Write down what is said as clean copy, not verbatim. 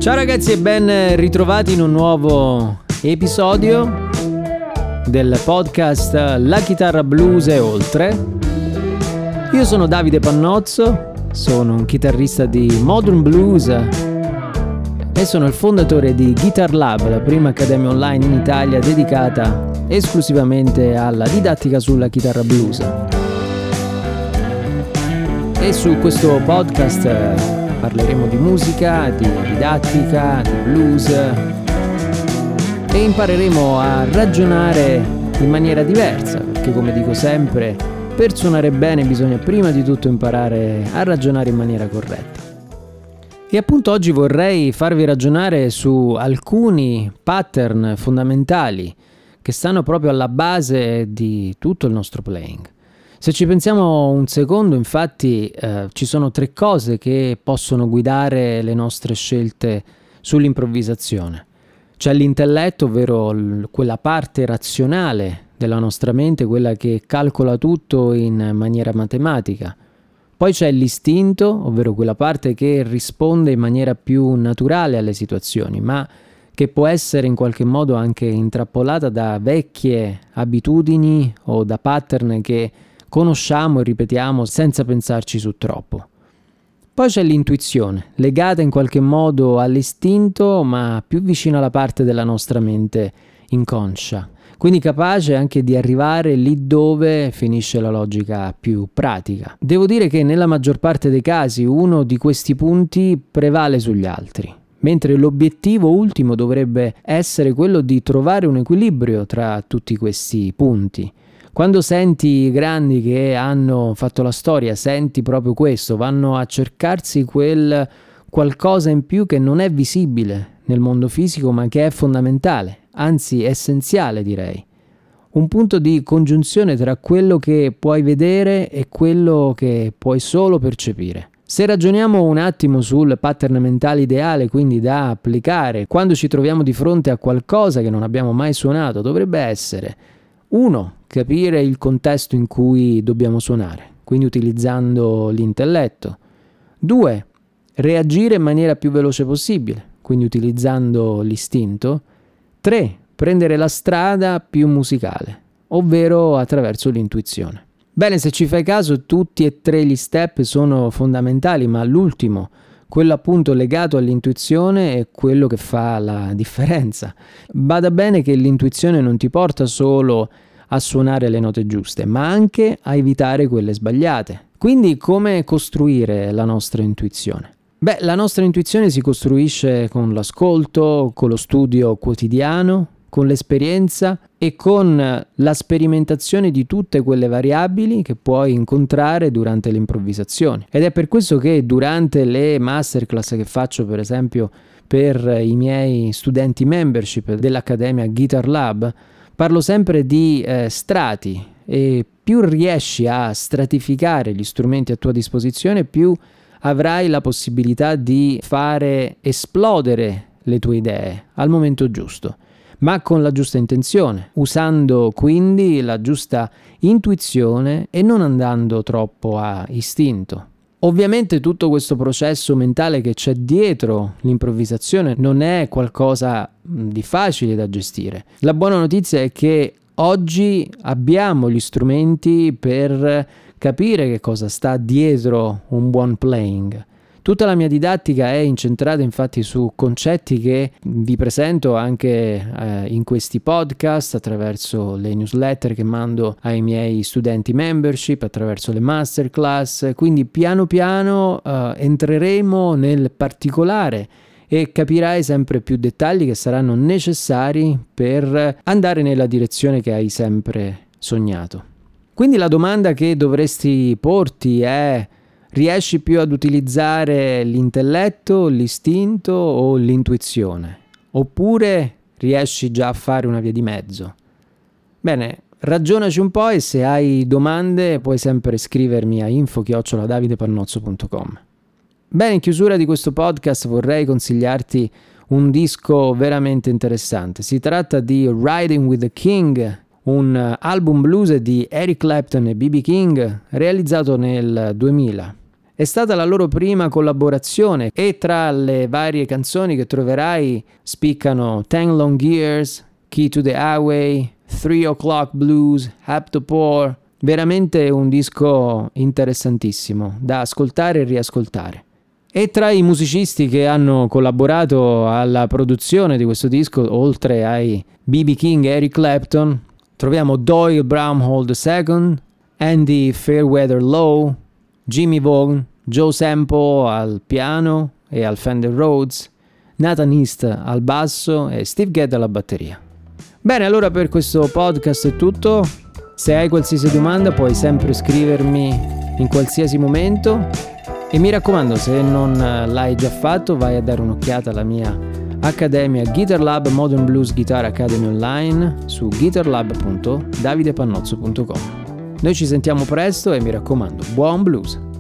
Ciao ragazzi e ben ritrovati in un nuovo episodio del podcast La chitarra blues e oltre. Io sono Davide Pannozzo, sono un chitarrista di Modern Blues e sono il fondatore di Guitar Lab, la prima accademia online in Italia dedicata esclusivamente alla didattica sulla chitarra blues. E su questo podcast parleremo di musica, di didattica, di blues e impareremo a ragionare in maniera diversa, perché come dico sempre, per suonare bene bisogna prima di tutto imparare a ragionare in maniera corretta. E appunto oggi vorrei farvi ragionare su alcuni pattern fondamentali che stanno proprio alla base di tutto il nostro playing. Se ci pensiamo un secondo, infatti, ci sono 3 cose che possono guidare le nostre scelte sull'improvvisazione. C'è l'intelletto, ovvero quella parte razionale della nostra mente, quella che calcola tutto in maniera matematica. Poi c'è l'istinto, ovvero quella parte che risponde in maniera più naturale alle situazioni, ma che può essere in qualche modo anche intrappolata da vecchie abitudini o da pattern che conosciamo e ripetiamo senza pensarci su troppo. Poi c'è l'intuizione, legata in qualche modo all'istinto, ma più vicina alla parte della nostra mente inconscia, quindi capace anche di arrivare lì dove finisce la logica più pratica. Devo dire che nella maggior parte dei casi uno di questi punti prevale sugli altri, mentre l'obiettivo ultimo dovrebbe essere quello di trovare un equilibrio tra tutti questi punti. Quando senti i grandi che hanno fatto la storia, senti proprio questo, vanno a cercarsi quel qualcosa in più che non è visibile nel mondo fisico, ma che è fondamentale, anzi essenziale direi. Un punto di congiunzione tra quello che puoi vedere e quello che puoi solo percepire. Se ragioniamo un attimo sul pattern mentale ideale, quindi da applicare quando ci troviamo di fronte a qualcosa che non abbiamo mai suonato, dovrebbe essere 1. Capire il contesto in cui dobbiamo suonare, quindi utilizzando l'intelletto. 2. Reagire in maniera più veloce possibile, quindi utilizzando l'istinto. 3. Prendere la strada più musicale, ovvero attraverso l'intuizione. Bene, se ci fai caso, tutti e 3 gli step sono fondamentali, ma l'ultimo, quello appunto legato all'intuizione, è quello che fa la differenza. Bada bene che l'intuizione non ti porta solo a suonare le note giuste, ma anche a evitare quelle sbagliate. Quindi come costruire la nostra intuizione? Beh, la nostra intuizione si costruisce con l'ascolto, con lo studio quotidiano, con l'esperienza e con la sperimentazione di tutte quelle variabili che puoi incontrare durante le improvvisazioni. Ed è per questo che durante le masterclass che faccio, per esempio, per i miei studenti membership dell'Accademia Guitar Lab, parlo sempre di strati, e più riesci a stratificare gli strumenti a tua disposizione, più avrai la possibilità di fare esplodere le tue idee al momento giusto, ma con la giusta intenzione, usando quindi la giusta intuizione e non andando troppo a istinto. Ovviamente tutto questo processo mentale che c'è dietro l'improvvisazione non è qualcosa di facile da gestire. La buona notizia è che oggi abbiamo gli strumenti per capire che cosa sta dietro un buon playing. Tutta la mia didattica è incentrata infatti su concetti che vi presento anche in questi podcast, attraverso le newsletter che mando ai miei studenti membership, attraverso le masterclass, quindi piano piano entreremo nel particolare e capirai sempre più dettagli che saranno necessari per andare nella direzione che hai sempre sognato. Quindi la domanda che dovresti porti è: riesci più ad utilizzare l'intelletto, l'istinto o l'intuizione? Oppure riesci già a fare una via di mezzo? Bene, ragionaci un po' e se hai domande puoi sempre scrivermi a info@davidepannozzo.com. Bene, in chiusura di questo podcast vorrei consigliarti un disco veramente interessante. Si tratta di Riding with the King, un album blues di Eric Clapton e B.B. King realizzato nel 2000. È stata la loro prima collaborazione e tra le varie canzoni che troverai spiccano 10 Long Years, Key to the Highway, 3 O'Clock Blues, Hap to Pour. Veramente un disco interessantissimo da ascoltare e riascoltare. E tra i musicisti che hanno collaborato alla produzione di questo disco, oltre ai B.B. King e Eric Clapton, troviamo Doyle Brownhall II, Andy Fairweather Lowe, Jimmy Vaughan, Joe Sample al piano e al Fender Rhodes, Nathan East al basso e Steve Gadd alla batteria. Bene, allora per questo podcast è tutto. Se hai qualsiasi domanda puoi sempre scrivermi in qualsiasi momento e mi raccomando, se non l'hai già fatto, vai a dare un'occhiata alla mia accademia Guitar Lab Modern Blues Guitar Academy online su guitarlab.davidepannozzo.com. Noi ci sentiamo presto e mi raccomando, buon blues!